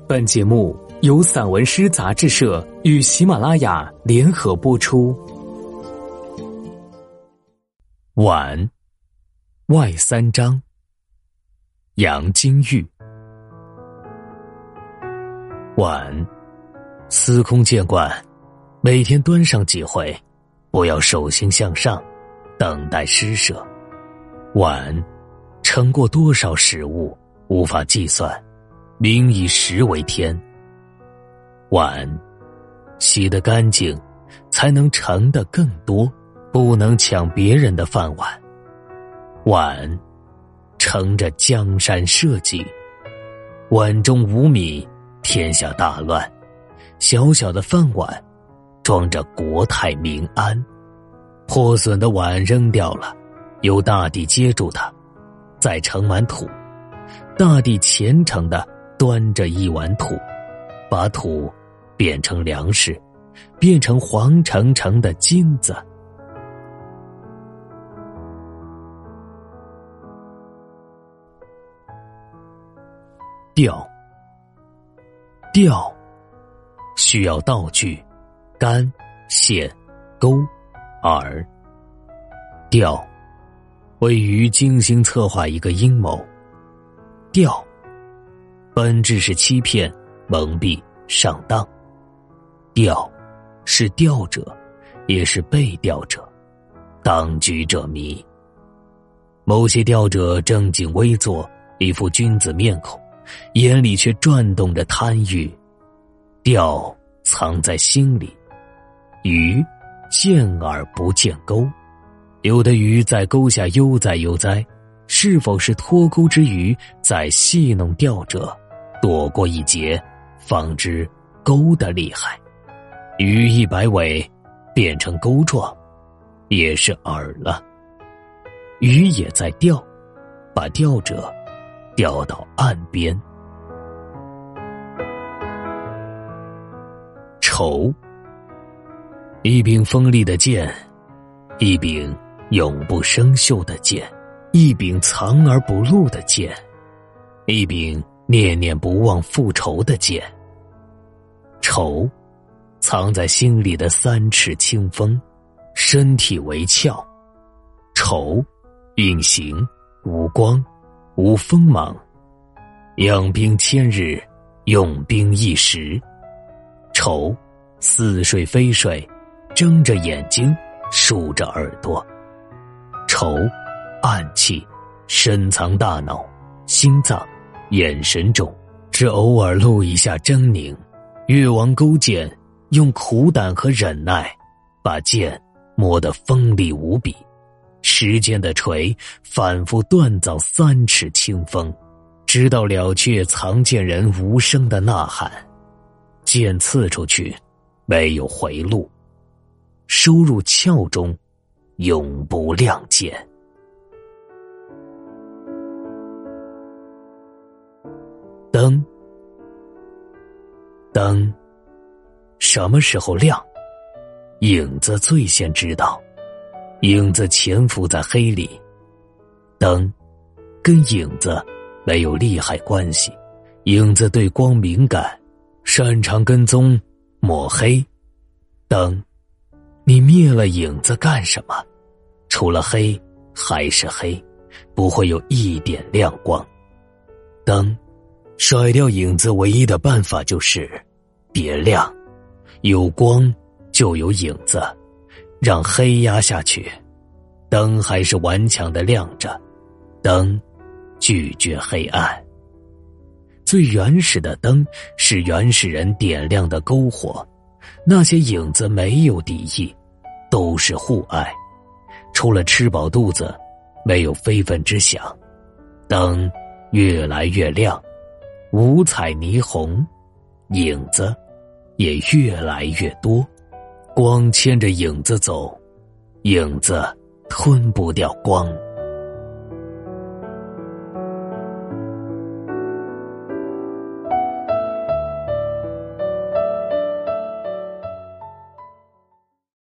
本节目由散文诗杂志社与喜马拉雅联合播出。晚，外三章，杨金玉。晚，司空见惯，每天端上几回，不要手心向上，等待施舍。晚，盛过多少食物，无法计算，民以食为天。碗洗得干净，才能盛得更多，不能抢别人的饭碗。碗盛着江山社稷，碗中无米，天下大乱。小小的饭碗装着国泰民安，破损的碗扔掉了，由大地接住它，再盛满土。大地虔诚地端着一碗土，把土变成粮食，变成黄澄澄的金子。吊，吊需要道具：竿、线、钩、饵。吊为鱼精心策划一个阴谋。钓本质是欺骗、蒙蔽、上当。钓是钓者，也是被钓者，当局者迷。某些钓者正襟危坐，一副君子面孔，眼里却转动着贪欲。钓藏在心里，鱼见而不见钩。有的鱼在钩下悠哉悠哉，是否是脱钩之鱼在戏弄钓者，躲过一劫，方知钩的厉害。鱼一摆尾，变成钩状，也是饵了。鱼也在钓，把钓者钓到岸边。筹，一柄锋利的剑，一柄永不生锈的剑，一柄藏而不露的剑，一柄念念不忘复仇的剑。仇藏在心里的3尺清风，身体为鞘。仇运行无光，无锋芒，养兵千日，用兵一时。仇似睡非睡，睁着眼睛，竖着耳朵。仇暗器，深藏大脑、心脏、眼神中，只偶尔露一下狰狞。越王勾践用苦胆和忍耐，把剑磨得锋利无比。时间的锤反复锻造3尺清风，直到了却藏剑人无声的呐喊。剑刺出去，没有回路，收入鞘中，永不亮剑。灯，灯什么时候亮？影子最先知道，影子潜伏在黑里。灯跟影子没有利害关系，影子对光敏感，擅长跟踪抹黑。灯，你灭了影子干什么？除了黑还是黑，不会有一点亮光。灯甩掉影子唯一的办法就是别亮，有光就有影子，让黑压下去。灯还是顽强地亮着，灯拒绝黑暗。最原始的灯是原始人点亮的篝火，那些影子没有敌意，都是互爱，除了吃饱肚子，没有非分之想。灯越来越亮，五彩霓虹，影子也越来越多。光牵着影子走，影子吞不掉光。